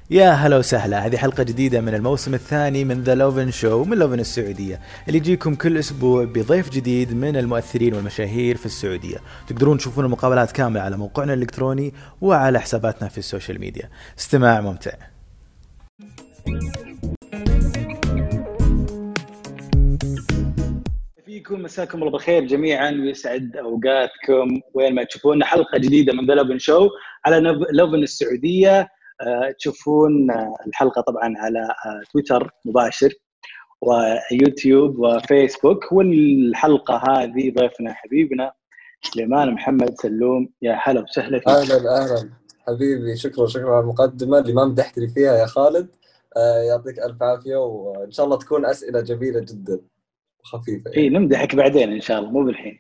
يا هلا وسهلا. هذه حلقة جديدة من الموسم الثاني من ذا لوفن شو من لوفن السعودية، اللي يجيكم كل أسبوع بضيف جديد من المؤثرين والمشاهير في السعودية. تقدرون تشوفون المقابلات كاملة على موقعنا الإلكتروني وعلى حساباتنا في السوشيال ميديا. استماع ممتع. فيكم مساكم الله بالخير جميعا ويسعد اوقاتكم وين ما تشوفون حلقه جديده من ذا لوفن شو على لوفن السعوديه. تشوفون الحلقه طبعا على تويتر مباشر ويوتيوب وفيسبوك. والحلقه هذه ضيفنا حبيبنا سليمان محمد سلوم. يا هلا وسهلا فيك. اهلا حبيبي، شكرا على المقدمه اللي ما مدحتني فيها يا خالد. يعطيك الف عافيه، وان شاء الله تكون اسئله جميله جدا وخفيفه يعني. نمدحك بعدين ان شاء الله مو بالحين.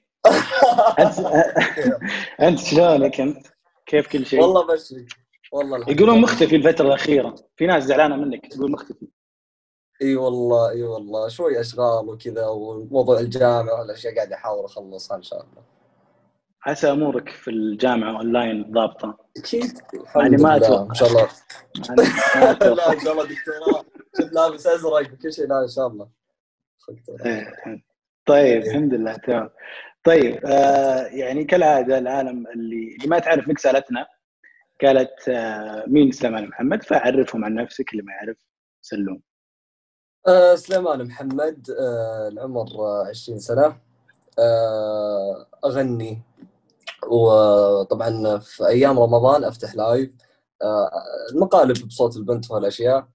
انت شلونك انت؟ كيف كل شيء؟ والله ماشي، والله الحمد يقولون لله مختفي الفتره الاخيره، في ناس زعلانه منك تقول مختفي. اي والله شوي اشغال وكذا، وموضوع الجامعه والاشياء قاعد احاول اخلصها ان شاء الله. عسى امورك في الجامعه اونلاين ضابطه. اكيد معني الحمد ما لله ان اتوقع. شاء الله. ما لا اتوقع. ان شاء الله دكتوراه، شوف لابس ازرق وكل شيء، لا ان شاء الله دكتوراه. طيب الحمد لله تمام. طيب يعني كالعاده العالم اللي ما تعرف نك سالتنا قالت مين سليمان محمد، فاعرفهم عن نفسك اللي ما يعرف. سلوم. سليمان محمد، العمر 20 سنة. أغني، وطبعا في أيام رمضان أفتح لايف، المقالب بصوت البنت وهالأشياء.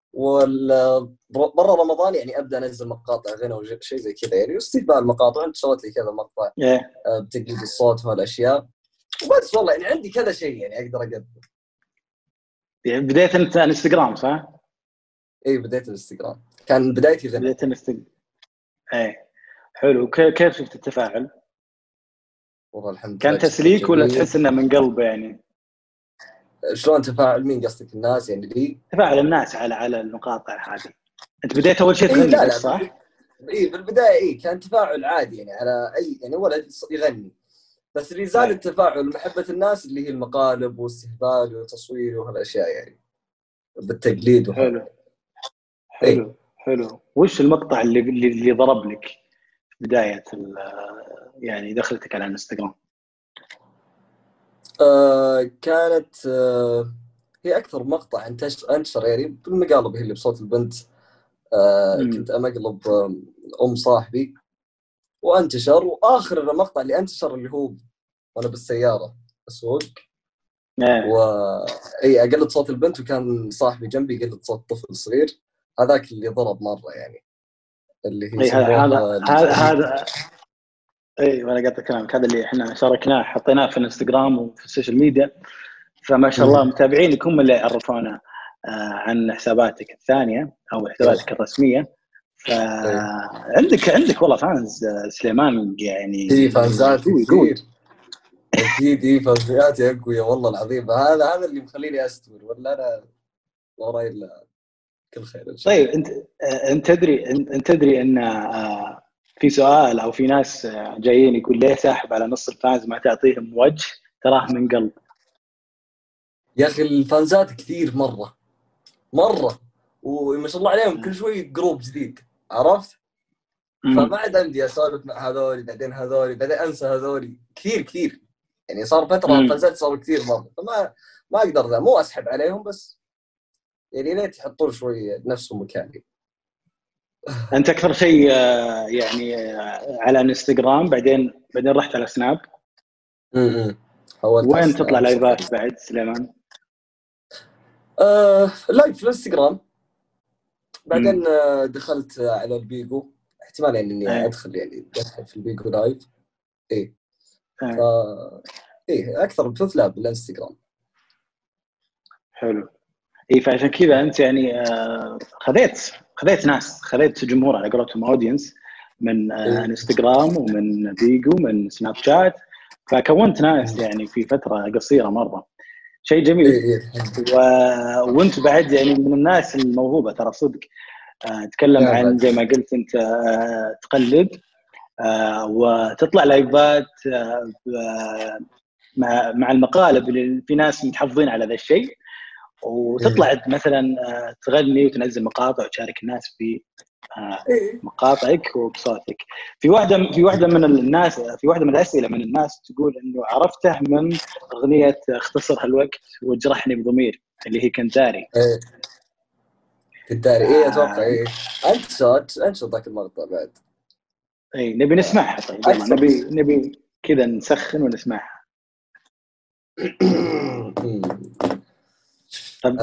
برا رمضان يعني أبدأ أنزل مقاطع غنى وشيء زي كذا يعني، واستقبال مقاطع. أنت سويت لي كذا مقطع ايه بتقليد الصوت وهالأشياء وبس. والله يعني عندي كذا شيء يعني أقدر أقدم. يعني بديت انت انستغرام صح؟ إيه بديت الانستغرام، كان بدايتي غنى. بديت انستغرام. ايه حلو. كيف شفت التفاعل؟ والله الحمد لله كان جدا تسليك ولا جميل. تحس انه من قلب يعني؟ شلون تفاعل مين قصدك؟ الناس يعني لي؟ تفاعل الناس على المقاطع هذه. انت بديت اول شيء اي تغني لا بس لا صح؟ اي بالبدايه اي كان تفاعل عادي يعني، على اي يعني ولد يغني. بس اللي زاد ايه التفاعل محبه الناس اللي هي المقالب واستهبال وتصوير وهالاشياء يعني، بالتقليد وهذا. حلو اي حلو. وش المقطع اللي ضرب لك بداية يعني دخلتك على الانستغرام؟ كانت هي اكثر مقطع انتشر يعني بالمقالب، هي اللي بصوت البنت. كنت امقلب ام صاحبي وانتشر. واخر المقطع اللي انتشر اللي هو وانا بالسياره اسوق، و ايه اي اقلد صوت البنت، وكان صاحبي جنبي يقلد صوت طفل صغير. هذاك اللي ضرب مره يعني، اللي هي اي هذا يسموها هذا هذا اي وانا قاطع كلامك. هذا اللي احنا شاركناه حطيناه في الانستغرام وفي السوشيال ميديا، فما شاء الله متابعينك هم اللي عرفونا عن حساباتك الثانية او اي حساباتك الرسمية. اي فعندك والله فانز سليمان يعني في فانزات قوي كثير. قوي. اكيد اي فانزات اقوياء والله العظيم. هذا اللي مخليني استمر، ولا انا وراي الا كل خير ان شاء طيب الله. انت تدري ان في سؤال او في ناس جايين يقول ليه ساحب على نص الفانز ما تعطيهم وجه تراه من قلب؟ يا اخي الفانزات كثير مره وما شاء الله عليهم، كل شوي جروب جديد، عرفت؟ فما عاد امدي اسولف مع هذول بعدين هذول بعدين انسى هذول كثير يعني. صار فتره فنزلت صاروا كثير مره، فما ما اقدر ذا مو اسحب عليهم، بس يعني ليت يحطون شوي نفسهم مكاني. انت اكثر شيء يعني على انستغرام، بعدين رحت على سناب. حاولت على وين تطلع السناب لايفات بعد سليمان؟ لايف في الانستغرام. امم بعدين دخلت على البيجو، احتمال يعني اني ايه ادخل يعني ادخل في البيجو لايف. ايه ف ايه ايه اكثر بثلاث بالانستغرام. حلو. اي فعشان كذا انت يعني خذيت جمهور على قولتهم اودينس من ايه انستغرام ومن بيجو من سناب شات. فكونت ناس يعني في فتره قصيره مره. شيء ايه جميل. ايه و... وانت بعد يعني من الناس الموهوبه ترى صدق. تكلم لا عن بعد زي ما قلت انت تقلد وتطلع لايفات مع المقالب اللي في ناس متحفظين على ذا الشيء. وتطلع مثلا تغني وتنزل مقاطع وتشارك الناس في مقاطعك وبصوتك. في واحده من الناس، في واحده من الاسئله من الناس تقول انه عرفته من اغنيه اختصر هالوقت وجرحني بضمير اللي هي كنداري. كنداري اتوقع انت ذاك المقطع بعد. نبي نسمعها. طيب يلا نبي كذا نسخن ونسمعها. طب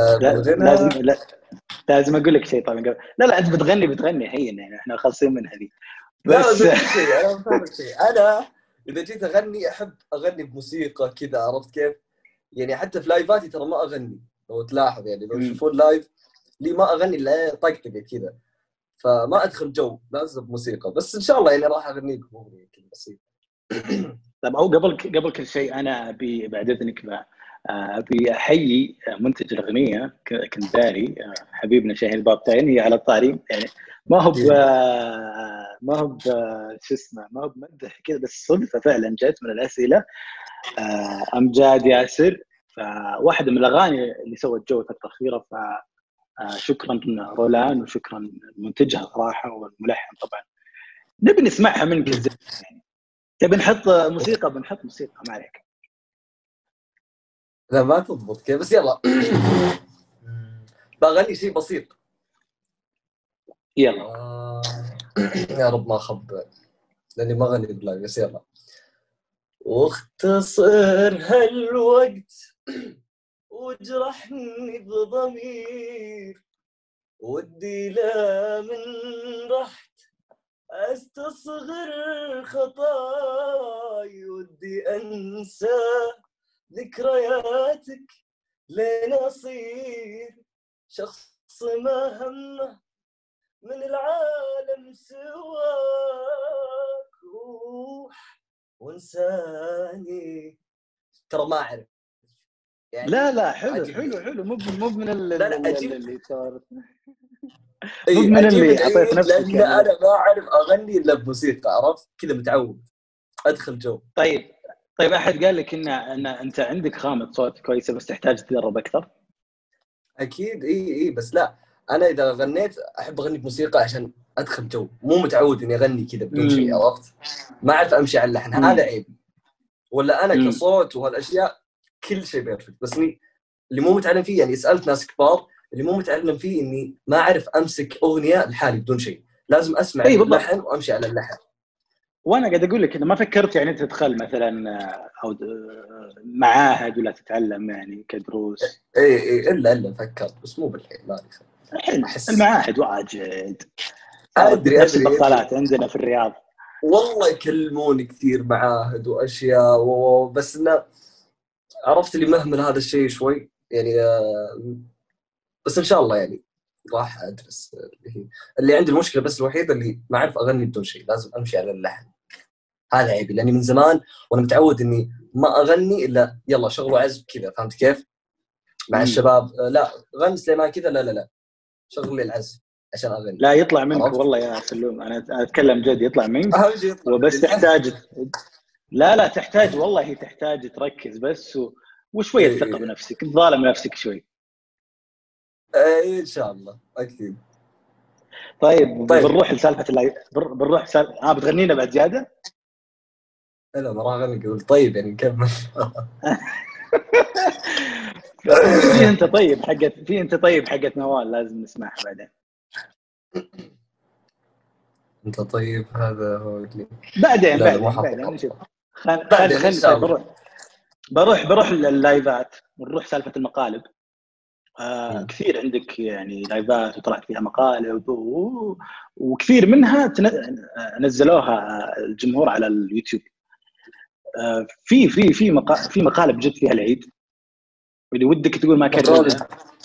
لازم اقول لك شيء. طبعا لا انت بتغني هين يعني احنا خالصين من هذه. بس لا شيء انا فاهمك شيء. انا اذا جيت اغني احب اغني بموسيقى كذا، عرفت كيف؟ يعني حتى في لايفاتي ترى ما اغني، لو تلاحظ يعني لو تشوفون لايف لي ما اغني الا طقطقه كذا، فما ادخل جو، لازم موسيقى. بس ان شاء الله يعني راح اغني لكم اغنيه كذا بسيطه. طيب او قبل كل شيء انا ابي بعد اذنك ابي احيي منتج الاغنيه كنداري حبيبنا شاهين البابتين. هي على الطاري يعني ما هو شو اسمه، ما هو بمدح كذا، بس صدفه فعلا جت من الاسئله امجاد ياسر، فواحده من الاغاني اللي سوت جو الفتره الاخيره. فشكرا رولان وشكرا منتجها صراحه والملحن. طبعا نبي نسمعها منك يعني تبي نحط موسيقى بنحط موسيقى ما عليك. لا ما تضبط كذا بس يلا. بغني شيء بسيط يلا. يا رب ما اخبر لاني ما اغني بلاي، بس يلا. واختصر هالوقت وجرحني بضمير، ودي لا من رحت استصغر خطاي، ودي انسى ذكرياتك لين اصير شخص ما همه من العالم سواك، روح وانساني. ترى ما اعرف يعني. لا حلو مو من اللي صار. مو من اللي اعطيت نفسك لان يعني. انا ما اعرف اغني الا بموسيقى، عرفت كذا متعود ادخل جو. طيب احد قال لك ان انت عندك خامه صوت كويسه بس تحتاج تدرب اكثر؟ اكيد اي بس لا، انا اذا غنيت احب اغني بموسيقى عشان ادخل جو، مو متعود اني اغني كذا بدون شيء، عرفت؟ ما اعرف امشي على اللحن، هذا عيب. ولا انا كصوت وهالاشياء كل شيء بيرفكت، بس اللي مو متعلم فيه يعني سالت ناس كبار، اللي مو متعلم فيه اني ما اعرف امسك اغنيه لحالي بدون شيء، لازم اسمع اللحن وامشي على اللحن. وانا قاعد اقول لك انه ما فكرت يعني تدخل مثلا او معاهد ولا تتعلم يعني كدروس؟ اي الا فكرت بس مو بالحين، ما الحين المعاهد واجد ادري نفس البطالات عندنا في الرياض. والله يكلموني كثير معاهد واشياء بس انه عرفت لي مهمل هذا الشيء شوي يعني. بس ان شاء الله يعني راح ادرس. اللي عندي المشكله بس الوحيده اللي ما اعرف اغني بدون شيء، لازم امشي على اللحن، هذا عيبي. لاني من زمان وانا متعود اني ما اغني الا يلا شغل وعزف كذا، فهمت كيف؟ مع الشباب لا غني سليمان كذا، لا شغل لي العزف عشان اغني. لا يطلع منك والله يا سلوم، انا اتكلم جد يطلع منك. وبس تحتاج لا تحتاج والله، هي تحتاج تركز بس وشويه ثقه بنفسك، تظالم نفسك شوي. ان شاء الله اكيد. طيب بنروح لسالفه بنروح بتغنينا بعد زياده؟ لا ما راح اغني قبل. طيب يعني نكمل. في انت طيب حقت نوال لازم نسمعها بعدين. انت طيب هذا هو اللي بعدين نشوف. خل بروح لللايفات ونروح سالفه المقالب. كثير عندك يعني لايفات وطلعت فيها مقالب وكثير منها نزلوها الجمهور على اليوتيوب. في مقالب جت فيها العيد واللي ودك تقول ما كررها.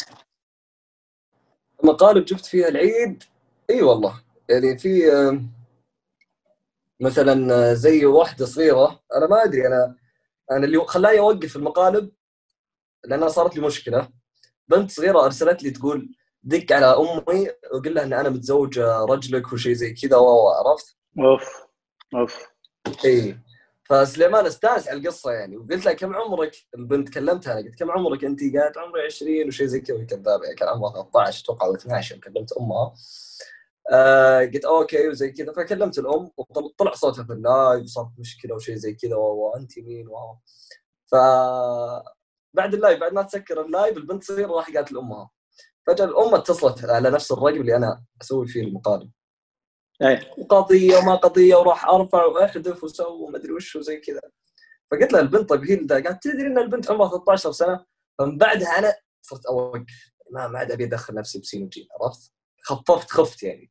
مقالب جبت فيها العيد اي والله يعني. في مثلا زي واحده صغيره، انا ما ادري انا اللي خلاني اوقف المقالب لانها صارت لي مشكله. بنت صغيره ارسلت لي تقول دق على امي وقل لها ان انا متزوجه رجلك وشيء زي كذا، عرفت؟ اوف اي فسليمان استانس على القصه يعني، وقلت له كم عمرك؟ البنت كلمتها انا قلت كم عمرك انت؟ قالت عمري 20 وشيء زي كذا، كذابه يعني كان عمرها 13 اتوقع او 12 كلمت امها. قلت اوكي وزي كذا، فكلمت الام وطلع صوتها في اللايف صارت مشكله وشيء زي كذا وانت مين ف بعد اللايف بعد ما تسكر اللايف البنت تصير راح قالت لامها، فجاه الام اتصلت على نفس الرقم اللي انا اسوي فيه المقالب وقضيه وما قضيه وراح ارفع واحذف وسوي وما ادري وش وزي كذا. فقلت لها البنت طيب هي قالت تدري ان البنت عمرها 13 سنه. فمن بعدها انا صرت اوقف، ما عاد ابي ادخل نفسي بسين وجيم، عرفت؟ خفت يعني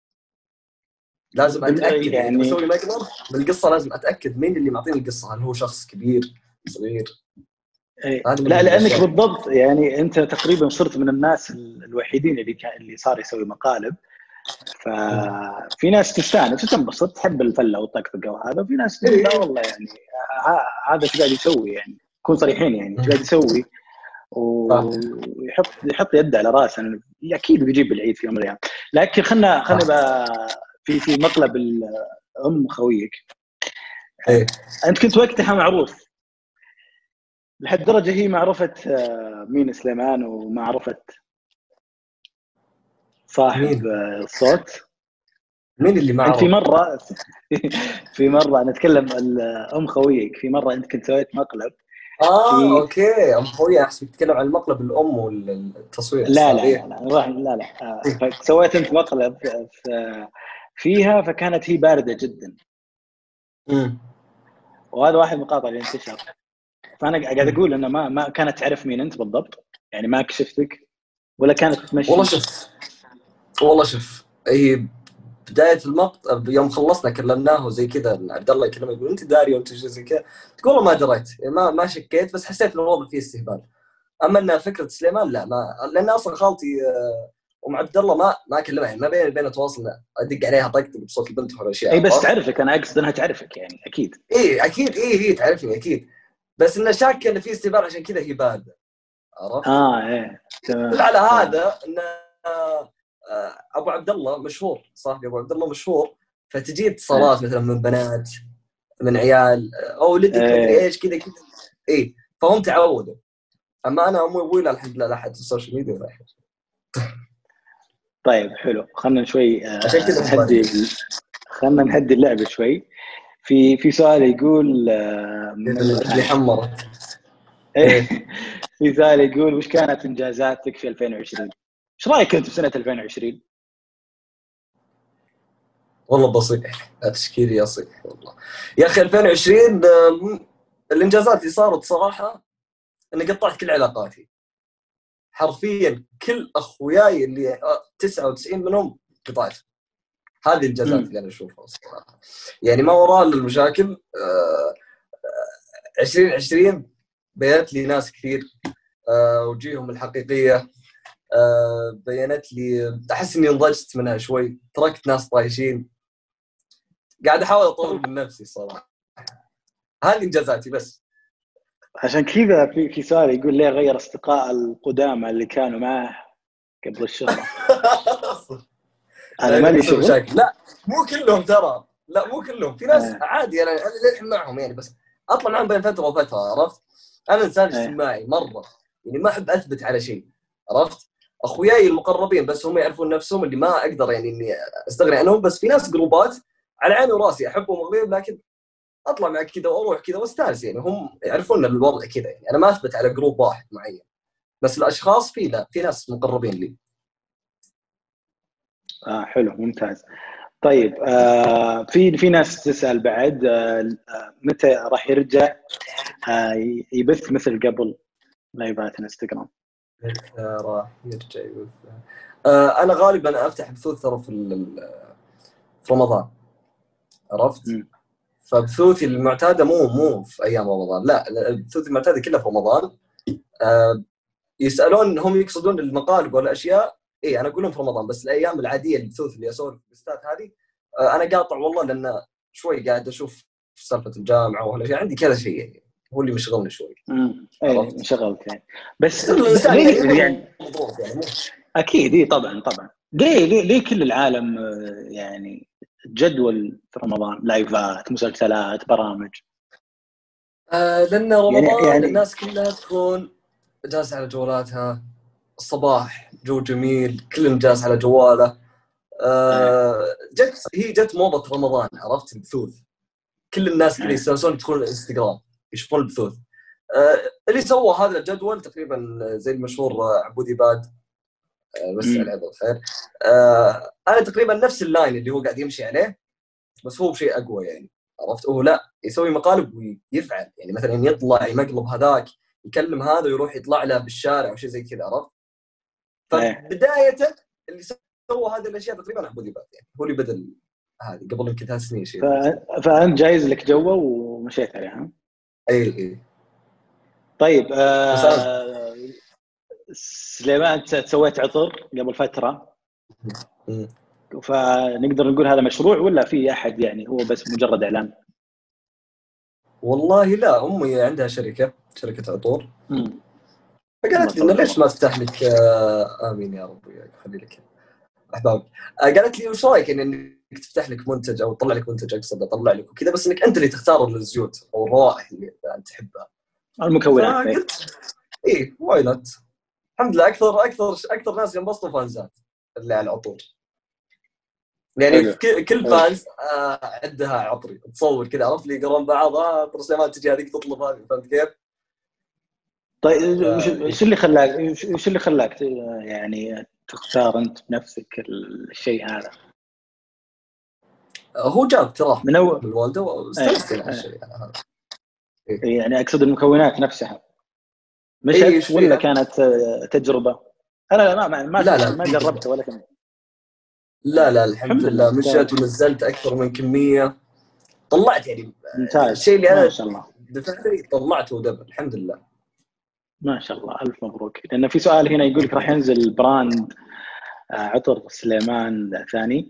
لازم اتاكد يعني بسوي مقلب من القصه، لازم اتاكد مين اللي معطيني القصه، هل هو شخص كبير صغير. لا لانك بالضبط يعني انت تقريبا صرت من الناس الوحيدين اللي صار يسوي مقالب، ففي ناس تستانس وتنبسط تحب الفله والطقطقه وهذا، وفي ناس تقول لا والله يعني هذا ايش قاعد يسوي، يعني نكون صريحين يعني ايش قاعد يسوي، ويحط يده على راسه يعني اكيد بيجيب العيد في يوم من الايام. لكن خلنا بقى في مقلب ام خويك. انت كنت وقتها معروف لهالدرجه، هي ما عرفت مين سليمان وما عرفت صاحب الصوت؟ مين اللي ما عرف؟ في مره نتكلم ام خويك، في مره انت كنت سويت مقلب اوكي ام خويا احسب تتكلم عن المقلب الام والتصوير. لا سويت انت مقلب فيها، فكانت هي بارده جدا وهذا واحد مقاطع اللي انتشر. فانا قاعد اقول انه ما كانت تعرف مين انت بالضبط، يعني ما كشفتك ولا كانت تمشي؟ والله شوف هي بدايه المقطع يوم خلصنا كلمناه وزي كذا، عبد الله يكلمه يقول انت داري وانت زي كذا، تقول ما دريت يعني ما شكيت، بس حسيت انه الوضع فيه استهبال. اما ان فكره سليمان لا، ما لان اصلا خالتي ام عبد الله ما اكلمها يعني، ما بين تواصلنا ادق عليها طقطق بصوت البنت وهالاشياء. اي بس تعرفك، انا اقصد انها تعرفك يعني اكيد. اكيد هي تعرفني اكيد، بس انه شاك انه في استهبال عشان كذا هي بارده، عرفت؟ ايه تمام. على هذا ان ابو عبد الله مشهور، صاحبي ابو عبد الله مشهور، فتجي اتصالات مثلا من بنات من عيال او ولدك مدري ايش كذا فهم تعودوا. اما انا امي وابوي لا الحمد لله لا احد في السوشيال ميديا ولا احد. طيب حلو، خلنا شوي نهدي اللعبه شوي. في سؤال يقول اللي حمرت في سؤال يقول وش كانت انجازاتك في 2020؟ ايش رايك انت في سنه 2020؟ والله بصيح تشكيلي يصيح والله يا اخي. 2020 الانجازات اللي صارت صراحه اني قطعت كل علاقاتي حرفيا، كل اخوياي اللي 99 منهم قطعت. هذه الانجازات اللي انا اشوفها صراحه، يعني ما وراء المشاكل. 2020 بينت لي ناس كثير وجيههم الحقيقيه، بينت لي احس اني نضجت منها شوي، تركت ناس طايشين، قاعد احاول اطور من نفسي صراحه. هذه انجازاتي بس. عشان كذا في سؤال يقول ليه غير اصدقاء القدامى اللي كانوا معه قبل الشهرة؟ انا مالي شغل. لا مو كلهم ترى، لا مو كلهم، في ناس عادي انا للحين معهم يعني، بس اطلع معهم بين فتره وفتره، عرفت؟ انا انسان اجتماعي مره يعني، ما احب اثبت على شيء، عرفت؟ اخوياي المقربين بس هم يعرفون نفسهم، اللي ما اقدر يعني اني استغني عنهم. بس في ناس جروبات على عيني وراسي احبهم وغير، لكن اطلع معك كذا واروح كذا واستانس يعني، هم يعرفون الوضع كذا يعني، انا ما اثبت على جروب واحد معين. بس الاشخاص في ناس مقربين لي. حلو ممتاز. طيب في ناس تسأل بعد متى راح يرجع يبث مثل قبل لايفات انستغرام؟ راح يرجع يبث. انا غالبا افتح بثوث ترى في رمضان، عرفت؟ فبثوثي المعتاده مو في ايام رمضان، لا بثوثي المعتاده كلها في رمضان. يسالون هم يقصدون المقالب والاشياء، انا اقول لهم في رمضان، بس الايام العاديه البثوث اللي اسولف بالستات هذه انا قاطع والله، لان شوي قاعد اشوف سالفه الجامعه وهالاشياء، عندي كذا شيء يعني هو اللي مشغلني شوي. اي مشغلت يعني، بس يعني اكيد طبعا ليه كل العالم يعني جدول في رمضان لايفات مسلسلات برامج؟ لان رمضان يعني الناس كلها تكون جالسه على جوالاتها، الصباح جو جميل، كل جالس على جواله. جت موضه رمضان، عرفت؟ البثوث، كل الناس كذا يستانسون يدخلون الانستغرام يشوفون البثوث. اللي سوى هذا الجدول تقريبا زي المشهور عبودي باد، بس عليه بالخير. انا تقريبا نفس اللاين اللي هو قاعد يمشي عليه، بس هو بشيء اقوى يعني، عرفت؟ هو لا يسوي مقالب ويفعل، يعني مثلا يطلع يمقلب هذاك، يكلم هذا ويروح يطلع له بالشارع او شيء زي كذا، عرفت؟ فبدايته اللي سوى هذه الاشياء تقريبا عبودي باد، يعني هو اللي بدل هذه قبل يمكن 3 سنين شيء. فانت جايز لك جوه ومشيت عليها. اي طيب سليمان، انت سويت عطر قبل فتره، فنقدر نقول هذا مشروع ولا في احد يعني هو بس مجرد اعلان؟ والله لا، امي عندها شركه عطور، فقالت لي انه ليش ما تفتح لك امين يا رب وياك، خلي لك احبابك. قالت لي وش رايك انك تفتح لك منتج او تطلع لك منتج، اقصد اطلع لك وكذا، بس انك انت اللي تختار الزيوت او الروائح اللي انت تحبها، المكونات. فقلت ايه واي نوت. الحمد لله اكثر ناس ينبسطوا فانزات اللي على العطور، يعني في كل فانز عندها عطري تصور كذا، عرفت لي يقرون بعض عطر سليمان تجي هذيك تطلب هذه، فهمت كيف؟ طيب ايش اللي خلاك يعني تختار انت بنفسك الشيء هذا؟ هو جاب اقتراح من اول الوالده واستانست على الشيء هذا. يعني اقصد المكونات نفسها مشت ولا كانت تجربه؟ انا ما جربته ولا كم. لا الحمد لله مشت ونزلت اكثر من كميه، طلعت يعني ممتاز. الشيء اللي انا ما شاء الله دفعت لي طلعته ودبر الحمد لله. ما شاء الله، الف مبروك. لان في سؤال هنا يقول لك راح ينزل براند عطر سليمان ثاني؟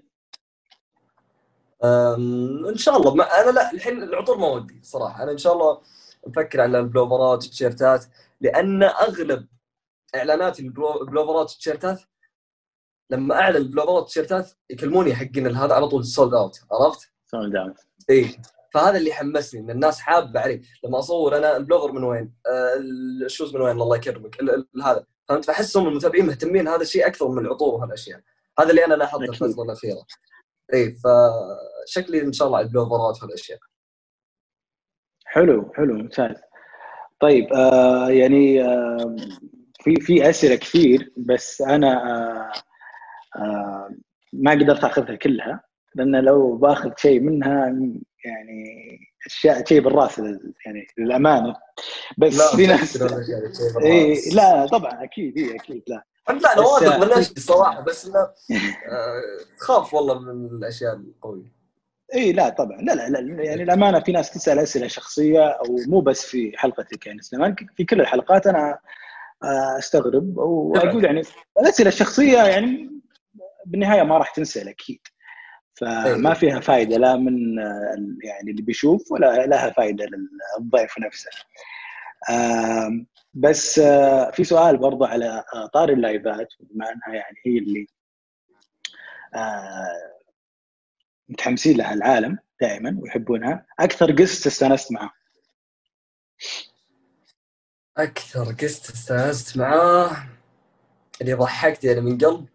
ان شاء الله. انا لا الحين العطور ما ودي صراحه، انا ان شاء الله نفكر على البلوفرات والتيشيرتات، لان اغلب اعلانات البلوفرات والتيشيرتات لما اعلن البلوفرات والتيشيرتات يكلموني حقين هذا على طول سولد اوت، عرفت؟ سولد اوت. اي فهذا اللي حمسني ان الناس حابه علي لما اصور انا البلوفر من وين، الشوز من وين، الله يكرمك هذا، فهمت؟ فاحسهم المتابعين مهتمين هذا الشيء اكثر من العطور وهالاشياء، هذا اللي انا لاحظته الفتره الاخيره. اي فشكلي ان شاء الله على البلوفرات وهالاشياء. حلو ممتاز. طيب يعني في اسئله كثير، بس انا ما قدرت اخذها كلها، لان لو باخذ شيء منها يعني شيء بالراس يعني للامانه. بس في ناس لا طبعا اكيد لا لا انا واثق من نفسي الصراحه، بس انه تخاف والله من الاشياء القويه. لا طبعا لا يعني الامانه في ناس تسال اسئله شخصيه، او مو بس في حلقتك يعني سليمان، في كل الحلقات انا استغرب واقول يعني الاسئله الشخصيه يعني بالنهايه ما راح تنسال اكيد، فما فيها فائده لا من يعني اللي بيشوف ولا لها فائده للضيف نفسه. بس في سؤال برضه على طار اللايفات، بما انها يعني هي اللي متحمسين لها العالم دائما ويحبونها، اكثر قست استانست معه؟ اكثر قست استانست معاه اللي ضحكت يعني من قلب،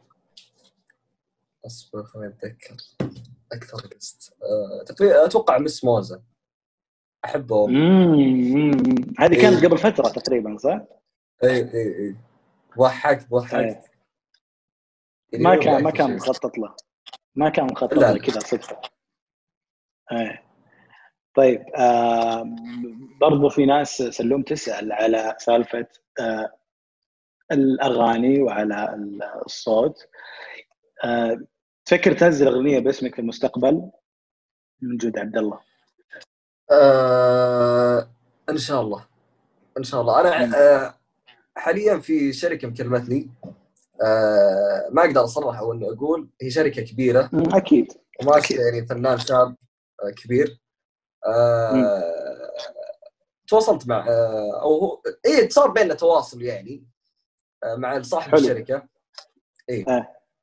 اصبر خليني اتذكر. اكثر قست اتوقع مس موزة، احبه. هذه كانت قبل فتره تقريبا صح؟ اي ضحكت يعني ما كان مخطط له، ما كان مخطط له كذا صدفه. طيب برضو في ناس سلوم تسال على سالفه الاغاني وعلى الصوت، تفكر تنزل اغنيه باسمك في المستقبل؟ من جود عبد الله. ان شاء الله انا حاليا في شركه مكلمتني، ما اقدر اصرح او اني اقول، هي شركه كبيره اكيد وماسكه يعني فنان شاب كبير. تواصلت مع او هو صار بيننا تواصل يعني مع صاحب الشركه.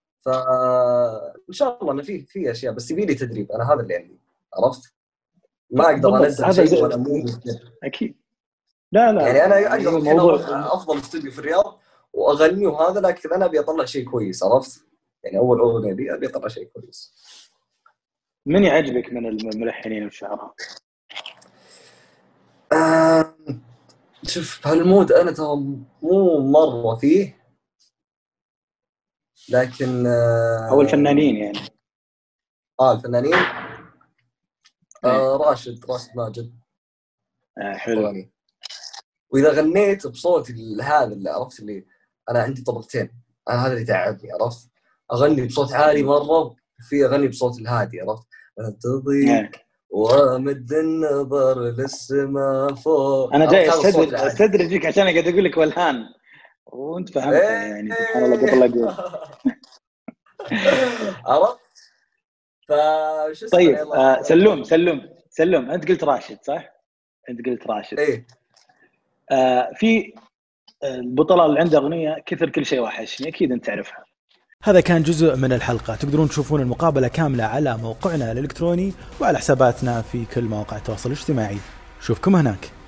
فان شاء الله انا في اشياء، بس يبي لي تدريب، انا هذا اللي عندي، عرفت؟ ما اقدر بالضبط. انزل هذا شيء وانا مو مهتم. اكيد. لا يعني انا اقدر الحين موضوع اروح افضل استوديو في الرياض واغني وهذا، لكن انا ابي اطلع شيء كويس، عرفت؟ يعني اول اغنيه لي ابي اطلع شيء كويس. من يعجبك من الملحنين والشعراء؟ شوف هالمود انا ترى مو مره فيه، لكن او الفنانين يعني. الفنانين راشد ماجد حلو. أغاني. واذا غنيت بصوتي هذا اللي عرفت، اللي انا عندي طبقتين، انا هذا اللي تعبني، عرفت؟ اغني بصوت عالي مره، في اغني بصوت الهادي، عرفت؟ تضيق وامد النظر للسماء فوق، انا جاي عرفت؟ هذا الصوت العالي. استدرجك عشان قاعد اقول لك والهان وانت فهمتها يعني. سبحان الله قبل لا اقول. عرفت؟ فش اسمه طيب سلوم انت قلت راشد صح؟ انت قلت راشد. ايه. في البطلة اللي عنده اغنيه كثر كل شيء وحشني، اكيد انت تعرفها. هذا كان جزء من الحلقة. تقدرون تشوفون المقابلة كاملة على موقعنا الإلكتروني وعلى حساباتنا في كل مواقع التواصل الاجتماعي. شوفكم هناك.